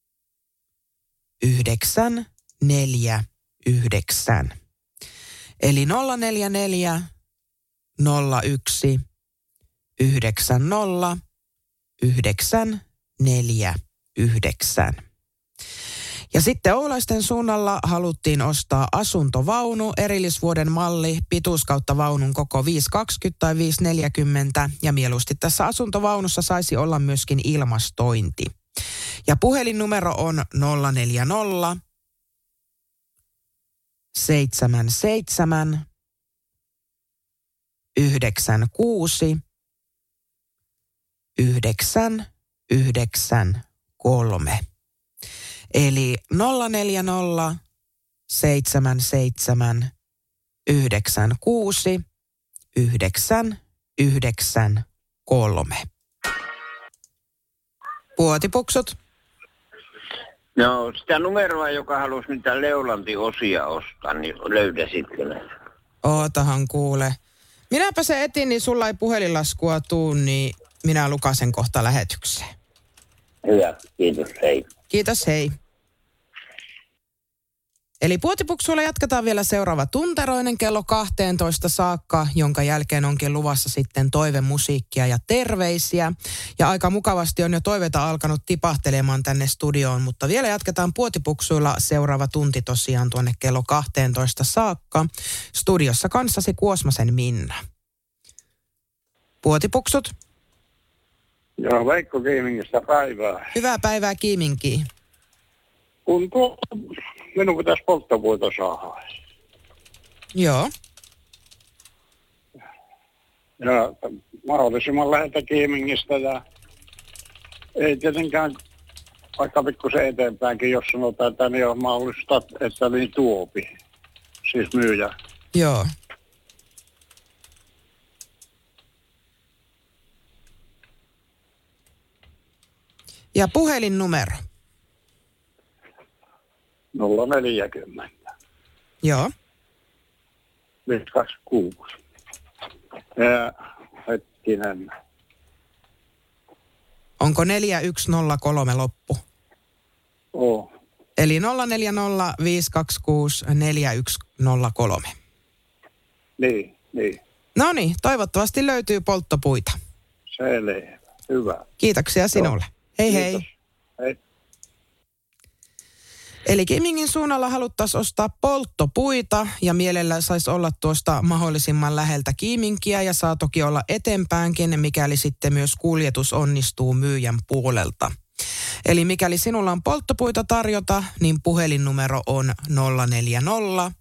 yhdeksän neljä yhdeksän. Eli nolla neljä neljä nolla yksi yhdeksän nolla yhdeksän neljä yhdeksän. Ja sitten Oulaisten suunnalla haluttiin ostaa asuntovaunu, erillisvuoden malli, pituus kautta vaunun koko viisi kaksikymmentä tai viisi neljäkymmentä. Ja mieluusti tässä asuntovaunussa saisi olla myöskin ilmastointi. Ja puhelinnumero on nolla neljä nolla seitsemän seitsemän yhdeksän kuusi yhdeksän yhdeksän kolme. Eli nolla neljä nolla seitsemän seitsemän yhdeksän kuusi yhdeksän yhdeksän kolme. Puotipuksut. No sitä numeroa, joka halusi niitä Leulanti-osia ostaa, niin löydäsitkö ne? Ootahan kuule. Minäpä se etin, niin sulla ei puhelinlaskua tuu, niin minä lukasen kohta lähetykseen. Hyvä, kiitos, hei. Kiitos, hei. Eli Puotipuksuilla jatketaan vielä seuraava tunteroinen kello kahteentoista saakka, jonka jälkeen onkin luvassa sitten toivemusiikkia ja terveisiä. Ja aika mukavasti on jo toiveita alkanut tipahtelemaan tänne studioon, mutta vielä jatketaan Puotipuksuilla seuraava tunti tosiaan tuonne kello kahteentoista saakka. Studiossa kanssasi Kuosmasen Minna. Puotipuksut. Joo, Veikko Kiimingistä päivää. Hyvää päivää Kiiminkiin. Kun tuo, minun pitäisi polttopuita saada. Joo. Ja mahdollisimman läheltä Kiimingistä ja ei tietenkään, vaikka pikkusen eteenpäinkin, jos sanotaan, että niin on mahdollista, että niin tuopi, siis myyjä. Joo. Ja puhelinnumero. nolla neljäkymmentä. Joo. viisi kaksikymmentäkuusi. Ja hetkinen. Onko neljä yksi nolla kolme loppu? Oo. Eli nolla neljä nolla viisi kaksi kuusi neljä yksi nolla kolme. Niin, niin. No niin, toivottavasti löytyy polttopuita. Selvä. Hyvä. Kiitoksia sinulle. Hei Kiitos. hei. Hei. Eli Kimingin suunnalla haluttaisiin ostaa polttopuita ja mielellä saisi olla tuosta mahdollisimman läheltä Kiiminkiä ja saa toki olla eteenpäänkin, mikäli sitten myös kuljetus onnistuu myyjän puolelta. Eli mikäli sinulla on polttopuita tarjota, niin puhelinnumero on nolla neljä nolla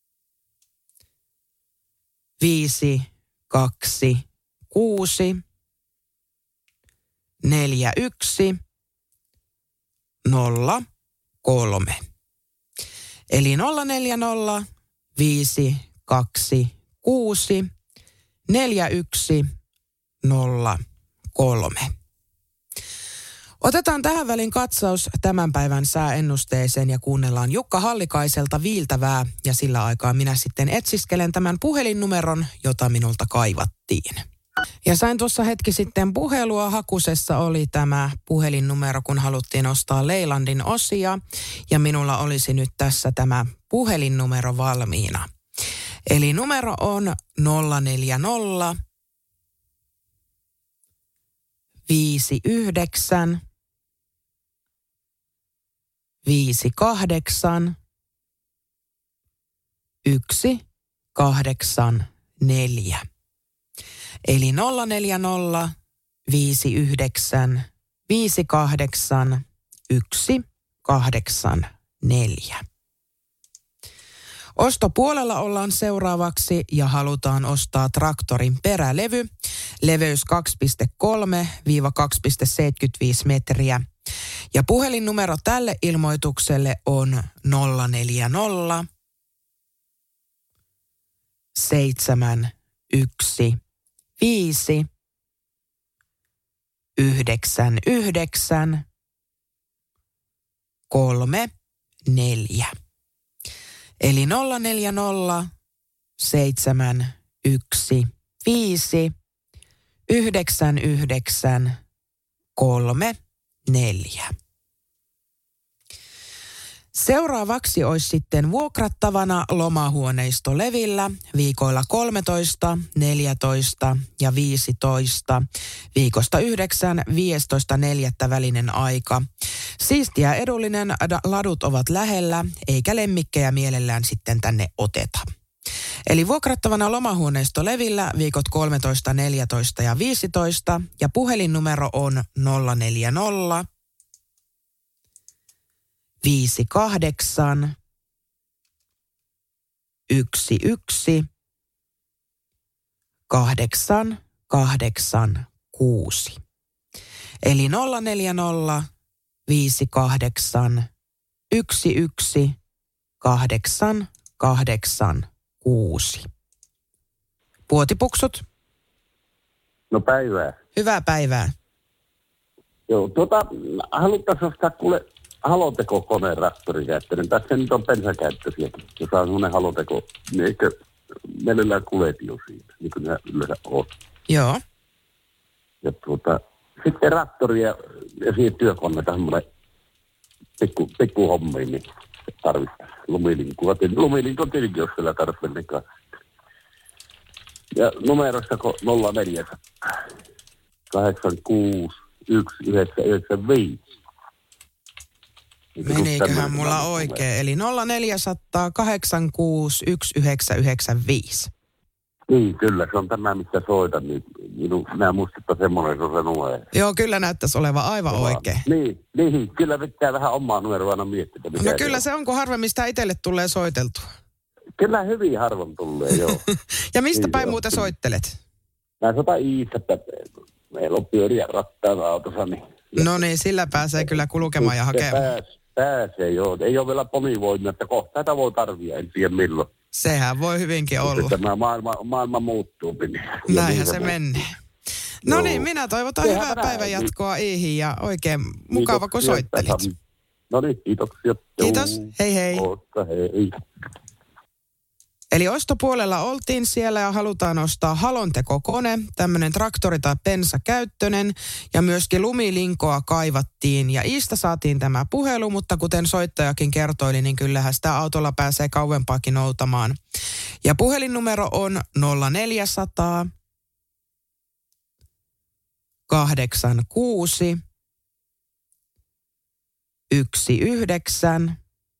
viisi kaksi kuusi neljä yksi nolla kolme. Eli nolla neljä nolla viisi kaksi kuusi neljä yksi nolla kolme. Otetaan tähän välin katsaus tämän päivän sääennusteeseen ja kuunnellaan Jukka Hallikaiselta viiltävää ja sillä aikaa minä sitten etsiskelen tämän puhelinnumeron, jota minulta kaivattiin. Ja sain tuossa hetki sitten puhelua. Hakusessa oli tämä puhelinnumero, kun haluttiin ostaa Leylandin osia. Ja minulla olisi nyt tässä tämä puhelinnumero valmiina. Eli numero on nolla neljä nolla viisi yhdeksän viisi kahdeksan yksi kahdeksan neljä. Eli nolla neljä nolla viisi yhdeksän viisi kahdeksan yksi kahdeksan neljä. Ostopuolella ollaan seuraavaksi ja halutaan ostaa traktorin perälevy. Leveys kaksi pilkku kolme kaksi pilkku seitsemänkymmentäviisi metriä. Ja puhelinnumero tälle ilmoitukselle on nolla neljä nolla seitsemän yksi viisi yhdeksän yhdeksän kolme neljä. Eli nolla neljä nolla seitsemän yksi viisi yhdeksän yhdeksän kolme neljä. Seuraavaksi olisi sitten vuokrattavana lomahuoneisto Levillä viikoilla kolmetoista, neljätoista ja viisitoista. Viikosta yhdeksän viisitoista neljättä välinen aika. Siistiä edullinen, ladut ovat lähellä, eikä lemmikkejä mielellään sitten tänne oteta. Eli vuokrattavana lomahuoneisto Levillä viikot kolmetoista, neljätoista ja viisitoista ja puhelinnumero on nolla neljä nolla viisi kahdeksan yksi yksi kahdeksan kahdeksan kuusi. Eli nolla neljä nolla viisi kahdeksan yksi yksi kahdeksan kahdeksan kuusi. Puotipuksut. No päivää. Hyvää päivää. Joo, tuota, haluttaisiin ostaa kuule haloteko-koneen traktorikäyttöinen. Tässä nyt on bensakäyttöisiäkin. Jos on semmoinen haloteko, niin eikö mielellään kuleti jo siitä, niin kuin ne yleensä on. Joo. Ja tuota, sitten traktoria ja siihen työkoneita semmoinen pikku, pikku hommiin, niin tarvittaisiin lumilinkua. Lumilinkua tietenkin, jos siellä tarvitsee. Ja numerosta nolla neljä kahdeksan kuusi yksi yhdeksän yhdeksän viisi. Meniköhän mulla oikein? Eli nolla neljä nolla kahdeksan kuusi yksi yhdeksän yhdeksän viisi. Niin, kyllä. Se on tämä, mistä soitan. Niin minun, minä muistuttaa semmoinen, se on se numero. Joo, kyllä näyttäisi olevan aivan Ova. oikein. Niin, niin, kyllä pitää vähän omaa numeroa aina miettiä. No kyllä se on, kun harvemmin sitä itselle tulee soiteltua. Kyllä hyvin harvoin tulee, joo. Ja mistä niin, päin muuten soittelet? Mä soitan Iisästä. Meillä on pyöriä rattailla autossa. Niin. No niin, sillä pääsee kyllä kulkemaan ja hakemaan. Pääs, pääsee, joo. Ei ole vielä pomivoimia, että kohta tätä voi tarvia, en tiedä milloin. Sehän voi hyvinkin olla. Tämä maailma, maailma muuttuu. Näinhän se menee. No joo. Niin, minä toivotan Tehdään hyvää päivänjatkoa Iihin ja oikein mukava, kun soittelit. No niin, kiitoksia. Kiitos, hei hei. Oota, hei. Eli ostopuolella oltiin siellä ja halutaan ostaa halontekokone, tämmöinen traktori- tai pensakäyttöinen ja myöskin lumilinkoa kaivattiin. Ja Iistä saatiin tämä puhelu, mutta kuten soittajakin kertoili, niin kyllähän sitä autolla pääsee kauempaakin noutamaan. Ja puhelinnumero on nolla neljä nolla nolla kahdeksan kuusi yksi yhdeksän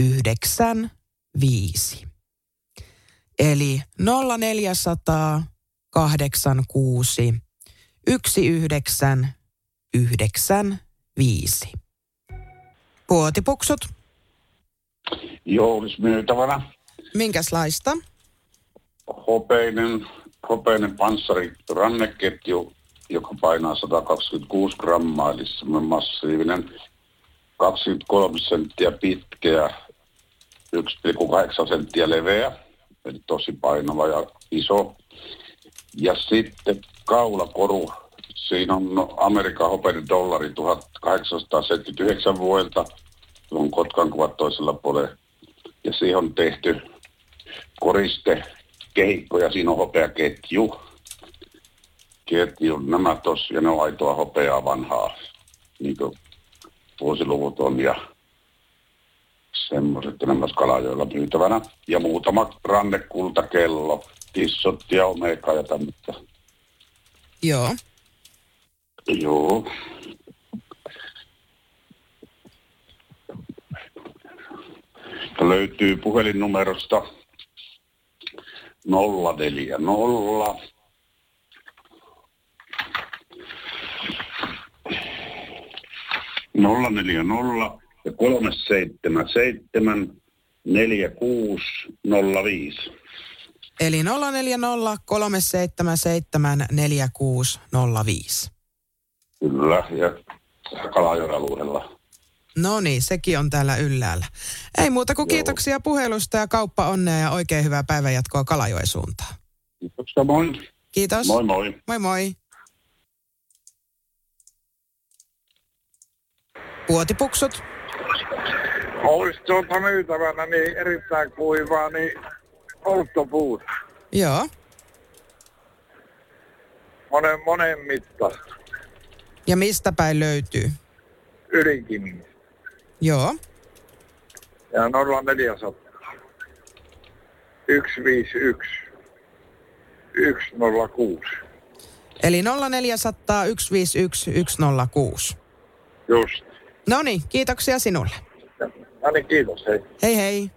yhdeksän viisi. Eli nolla neljä nolla nolla kahdeksan kuusi yksi yhdeksän yhdeksän viisi. Puotipuksut. Joo, olisi myytävänä. Minkäslaista? Hopeinen, hopeinen panssari ranneketju, joka painaa sata kaksikymmentäkuusi grammaa, eli semmoinen massiivinen, kaksikymmentäkolme senttiä pitkä ja yksi pilkku kahdeksan senttiä leveä, eli tosi painava ja iso. Ja sitten kaulakoru, siinä on Amerikan hopeinen dollari tuhatkahdeksansataaseitsemänkymmentäyhdeksän vuodelta, on Kotkan kuvat toisella puolella. Ja siihen on tehty koriste, kehikko ja siinä on hopeaketju. Ketju, nämä tossa, ja ne on aitoa hopeaa vanhaa, niin kuin vuosiluvut on ja semmoiset, ja nämä Kalajoella myytävänä. Ja muutama rannekultakello, tissot ja omega ja tämmöistä. Joo. Joo. Löytyy puhelinnumerosta nolla neljä nolla nolla neljä nolla ja kolme seitsemän seitsemän neljä kuusi nolla viisi. Eli nolla neljä nolla kolme seitsemän seitsemän neljä kuusi nolla viisi. Kyllä, ja Kalajoen alueella. No niin, sekin on täällä ylhäällä. Ei muuta kuin kiitoksia puhelusta ja kauppa onnea ja oikein hyvää päivänjatkoa Kalajoen suuntaan. Kiitos, moi. Kiitos. Moi moi. Moi moi. Puotipuksut. Olisi tuota myytävänä niin erittäin kuivaa, niin polttopuut. Joo. Monen, monen mittaista. Ja mistä päin löytyy? Ylinkimistä. Joo. Ja nolla neljä nolla nolla yksi viisi yksi yksi nolla kuusi. Eli nolla neljä nolla nolla yksi viisi yksi yksi nolla kuusi. Just. No niin, kiitoksia sinulle. No niin, kiitos, hei. Hei hei.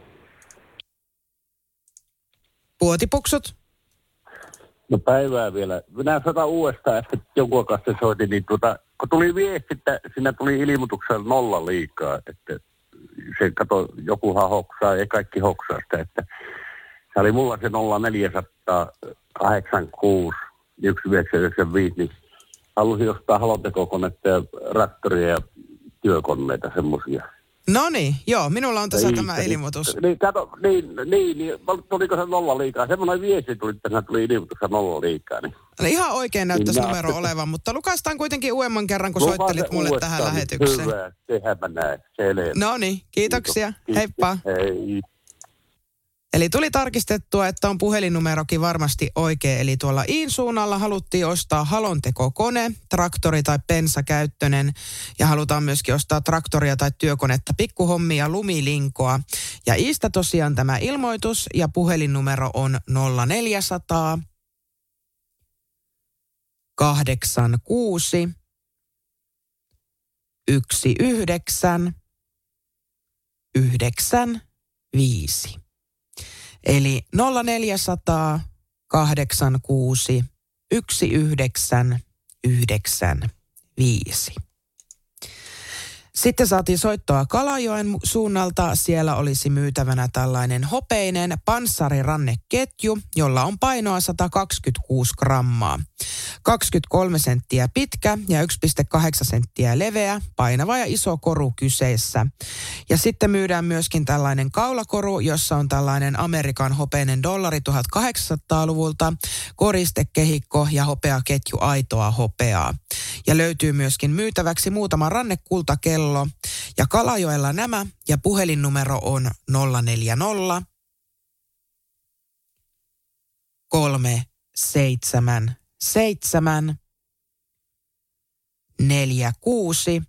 Puotipuksut. No päivää vielä. Minä saatan uudestaan äsken jonkun kanssa soitin, niin tuota, kun tuli viesti, että siinä tuli ilmoituksella nolla liikaa, että se kato, jokuhan hoksaa ja kaikki hoksaa sitä, että se oli mulla se nolla neljä nolla nolla kahdeksan kuusi yksi yhdeksän yhdeksän viisi, niin halusin ostaa halotekokonetta ja traktoria ja työkoneita semmosia. No niin, joo, minulla on tässä niin, tämä niin, ilmoitus. Niin, kato, niin, niin, niin, tuliko se nolla liikaa? Semmoinen viesti tuli, että siinä tuli ilmoituksessa nolla liikaa. Niin. No ihan oikein näyttäisi niin, numero olevan, mutta lukaistaan kuitenkin uudemman kerran, kun soittelit mulle uudestaan, tähän lähetykseen. Hyvä, tehdäänpä näin, selvä. No niin, kiitoksia, Kiitos. heippa. Hei. Eli tuli tarkistettua, että on puhelinnumerokin varmasti oikein. Eli tuolla Iin suunnalla haluttiin ostaa halontekokone, traktori tai pensakäyttöinen. Ja halutaan myöskin ostaa traktoria tai työkonetta, pikkuhommia, lumilinkoa. Ja Iistä tosiaan tämä ilmoitus ja puhelinnumero on nolla neljä nolla nolla kahdeksan kuusi yksi yhdeksän yhdeksän viisi. Eli nolla neljä nolla nolla kahdeksan kuusi yksi yhdeksän yhdeksän viisi. Sitten saatiin soittoa Kalajoen suunnalta. Siellä olisi myytävänä tällainen hopeinen panssariranneketju, jolla on painoa sata kaksikymmentäkuusi grammaa. kaksikymmentäkolme senttiä pitkä ja yksi pilkku kahdeksan senttiä leveä, painava ja iso koru kyseessä. Ja sitten myydään myöskin tällainen kaulakoru, jossa on tällainen Amerikan hopeinen dollari tuhatkahdeksansataaluvulta, koristekehikko ja hopeaketju aitoa hopeaa. Ja löytyy myöskin myytäväksi muutama rannekultakello. Ja Kalajoella nämä ja puhelinnumero on nolla neljä nolla kolme seitsemän seitsemän neljä kuusi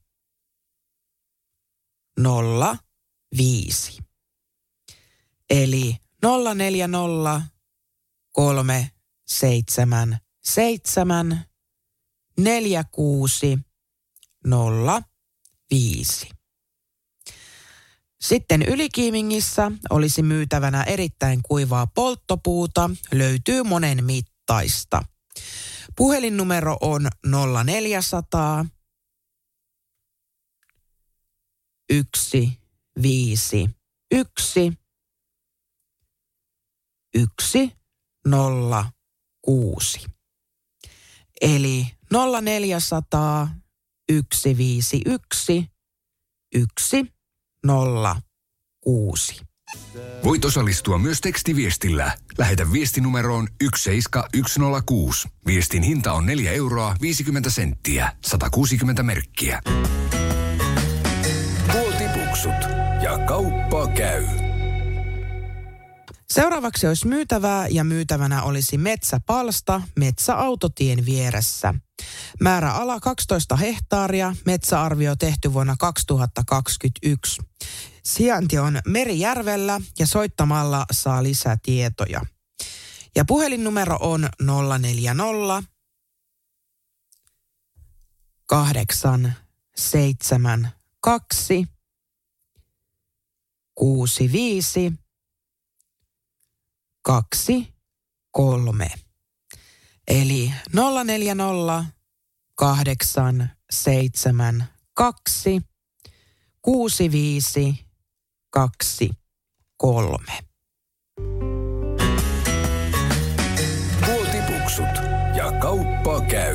nolla viisi. Eli nolla neljä nolla kolme seitsemän seitsemän neljä kuusi nolla viisi. Sitten Ylikiimingissä olisi myytävänä erittäin kuivaa polttopuuta, löytyy monen mittaista. Puhelinnumero on nolla neljäsataa yksi viisi yksi yksi nolla kuusi. Eli nolla neljäsataa yksi viisi yksi yksi nolla kuusi. Voit osallistua myös tekstiviestillä. Lähetä viestinumeroon yksi seitsemän yksi nolla kuusi. Viestin hinta on neljä euroa viisikymmentä senttiä. sata kuusikymmentä merkkiä. Muotipuksut ja kauppa käy. Seuraavaksi olisi myytävää ja myytävänä olisi metsäpalsta metsäautotien vieressä. Määräala kaksitoista hehtaaria, metsäarvio tehty vuonna kaksituhattakaksikymmentäyksi. Sijainti on Merijärvellä ja soittamalla saa lisätietoja. Ja puhelinnumero on nolla neljä nolla kahdeksan seitsemän kaksi kuusi viisi kaksi kolme. Eli nolla neljä nolla kahdeksan seitsemän kaksi kuusi viisi kaksi kolme. Muotipuksut ja kauppa käy.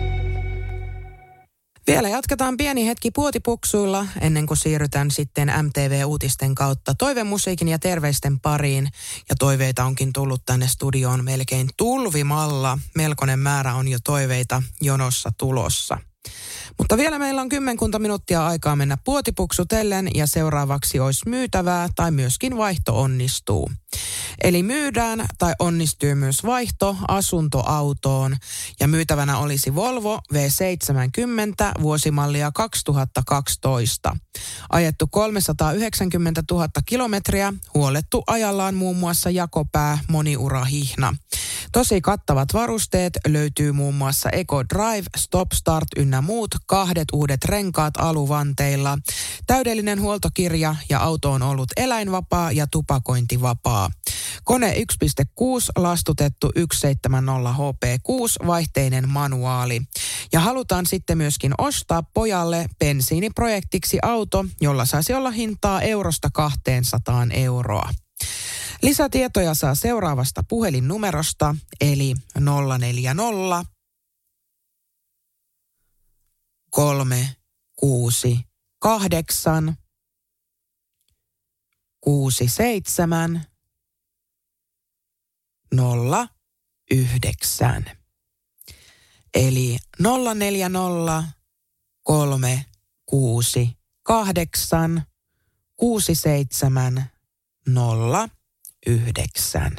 Vielä jatketaan pieni hetki puotipuksuilla ennen kuin siirrytään sitten M T V-uutisten kautta toivemusiikin ja terveisten pariin. Ja toiveita onkin tullut tänne studioon melkein tulvimalla. Melkoinen määrä on jo toiveita jonossa tulossa. Mutta vielä meillä on kymmenkunta minuuttia aikaa mennä puotipuksutellen ja seuraavaksi olisi myytävää tai myöskin vaihto onnistuu. Eli myydään tai onnistuu myös vaihto asuntoautoon ja myytävänä olisi Volvo V seitsemänkymmentä vuosimallia kaksituhattakaksitoista. Ajettu kolmesataayhdeksänkymmentätuhatta kilometriä, huolettu ajallaan muun muassa jakopää, moniurahihna. Tosi kattavat varusteet löytyy muun muassa Eco Drive, Stop Start ynnä muut, kahdet uudet renkaat aluvanteilla, täydellinen huoltokirja ja auto on ollut eläinvapaa ja tupakointivapaa. Kone yksi pilkku kuusi lastutettu yksi seitsemänkymmentä H P kuusi vaihteinen manuaali. Ja halutaan sitten myöskin ostaa pojalle bensiiniprojektiksi auto, jolla saisi olla hintaa eurosta kaksisataa euroa. Lisätietoja saa seuraavasta puhelinnumerosta, eli nolla neljä nolla kolme kuusi kahdeksan kuusi seitsemän nolla yhdeksän. Eli nolla neljä nolla kolme kuusi kahdeksan kuusi seitsemän nolla yhdeksän.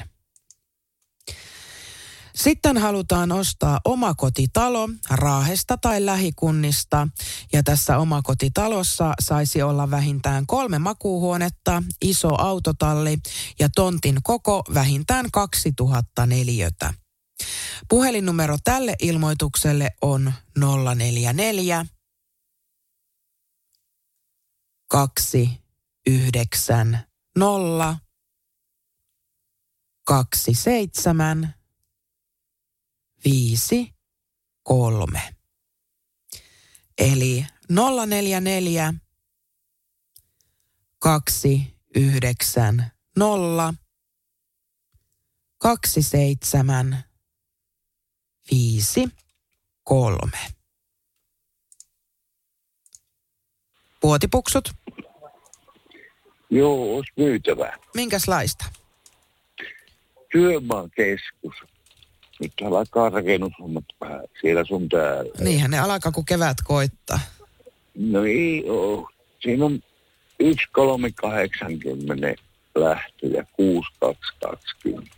Sitten halutaan ostaa omakotitalo Raahesta tai lähikunnista ja tässä omakotitalossa saisi olla vähintään kolme makuuhuonetta, iso autotalli ja tontin koko vähintään kaksituhatta neliötä. Puhelinnumero tälle ilmoitukselle on nolla neljä neljä kaksi yhdeksän nolla kaksi seitsemän viisi kolme. Eli nolla neljä neljä kaksi yhdeksän nolla kaksi seitsemän viisi kolme. Puotipuksut. Joo, olisi myytävää. Minkäslaista? Työmaakeskus. Nyt alkaa rakennushommat vähän siellä sun täällä. Niinhän ne alkaa, kun kevät koittaa. No ei oo. Siinä on yksi kolme kahdeksankymmentä lähtö ja kuusi kaksi kaksikymmentä.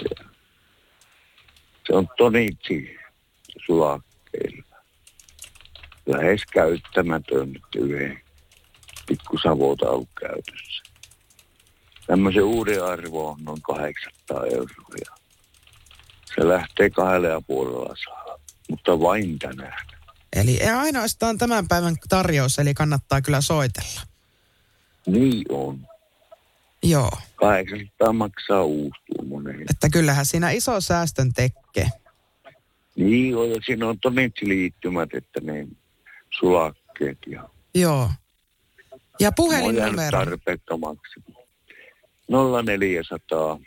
Se on tonitsi sulakkeilla. Lähes käyttämätön yhden pikku savota on käytössä. Tämmöisen uuden arvo on noin kahdeksansataa euroa. Se lähtee kahdella ja puolella saa, mutta vain tänään. Eli ei ainoastaan tämän päivän tarjous, eli kannattaa kyllä soitella. Niin on. Joo. kahdeksansataa maksaa uusi tuommoinen. Että kyllähän siinä iso säästön tekee. Niin on, ja siinä on tonitsiliittymät, että ne sulakkeet ja... Joo. Ja puhelinnumero? Tarpeettomaksi. nolla neljäsataa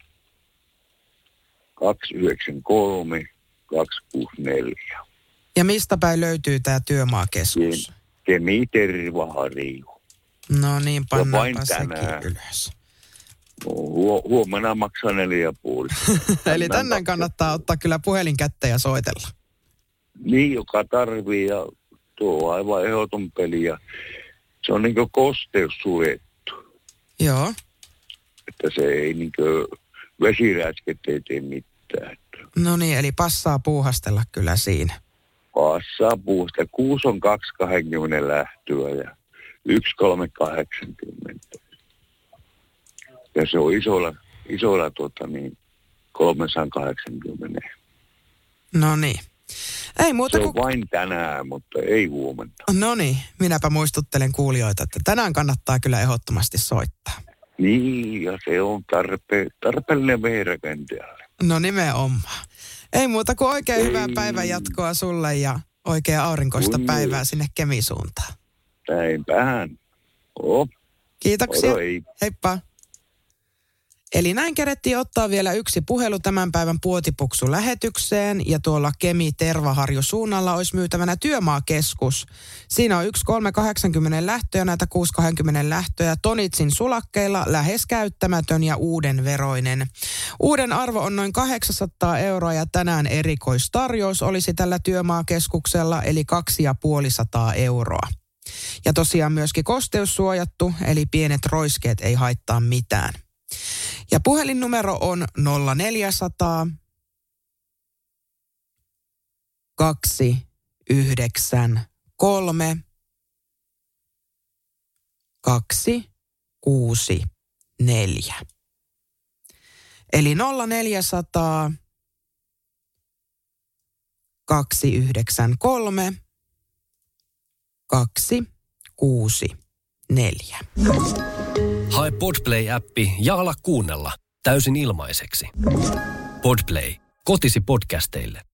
kaksi yhdeksän kolme kaksi kuusi neljä. Ja mistä päin löytyy tämä työmaakeskus? Kemi Tervaharju. No niin, pannaanpa sekin ylös. No, huo, huomenna maksaa neljä ja puoli. Eli tänään kannattaa ottaa kyllä puhelin kättä ja soitella. Niin, joka tarvii ja tuo on aivan ehdoton peli ja se on niin kuin kosteus suljettu. Joo. Että se ei niin kuin vesiräisket ei tee mitään. No niin, eli passaa puuhastella kyllä siinä. Passaa puuhastella. Kuusi on kaksi kaksikymmentä lähtöä ja yksi kolme kahdeksankymmentä. Ja se on isolla, isolla tuota niin, kolmesataakahdeksankymmentä. No niin. Ei muuta se on kuin... vain tänään, mutta ei huomenna. No niin, minäpä muistuttelen kuulijoita, että tänään kannattaa kyllä ehdottomasti soittaa. Niin, ja se on tarpe, tarpeellinen vehrakentialle. No nimenomaan. Ei muuta kuin oikein ei. Hyvää päivän jatkoa sulle ja oikein aurinkoista Kun päivää ei. Sinne Kemisuuntaan. Näinpähän. Oh. Kiitoksia. Oro, ei. Heippa. Eli näin kerettiin ottaa vielä yksi puhelu tämän päivän Puotipuksu lähetykseen ja tuolla Kemi-Tervaharju suunnalla olisi myytävänä työmaakeskus. Siinä on yksi kolme kahdeksankymmentä lähtöä, näitä kuusi kaksikymmentä lähtöä, tonitsin sulakkeilla, lähes käyttämätön ja uuden veroinen. Uuden arvo on noin kahdeksansataa euroa ja tänään erikoistarjous olisi tällä työmaakeskuksella eli kaksisataaviisikymmentä euroa. Ja tosiaan myöskin kosteussuojattu, eli pienet roiskeet ei haittaa mitään. Ja puhelinnumero on nolla neljäsataa kaksi yhdeksän kolme kaksi kuusi neljä. Eli nolla neljäsataa kaksi yhdeksän kolme kaksi kuusi neljä. Hae Podplay-appi ja ala kuunnella täysin ilmaiseksi. Podplay, kotisi podcasteille.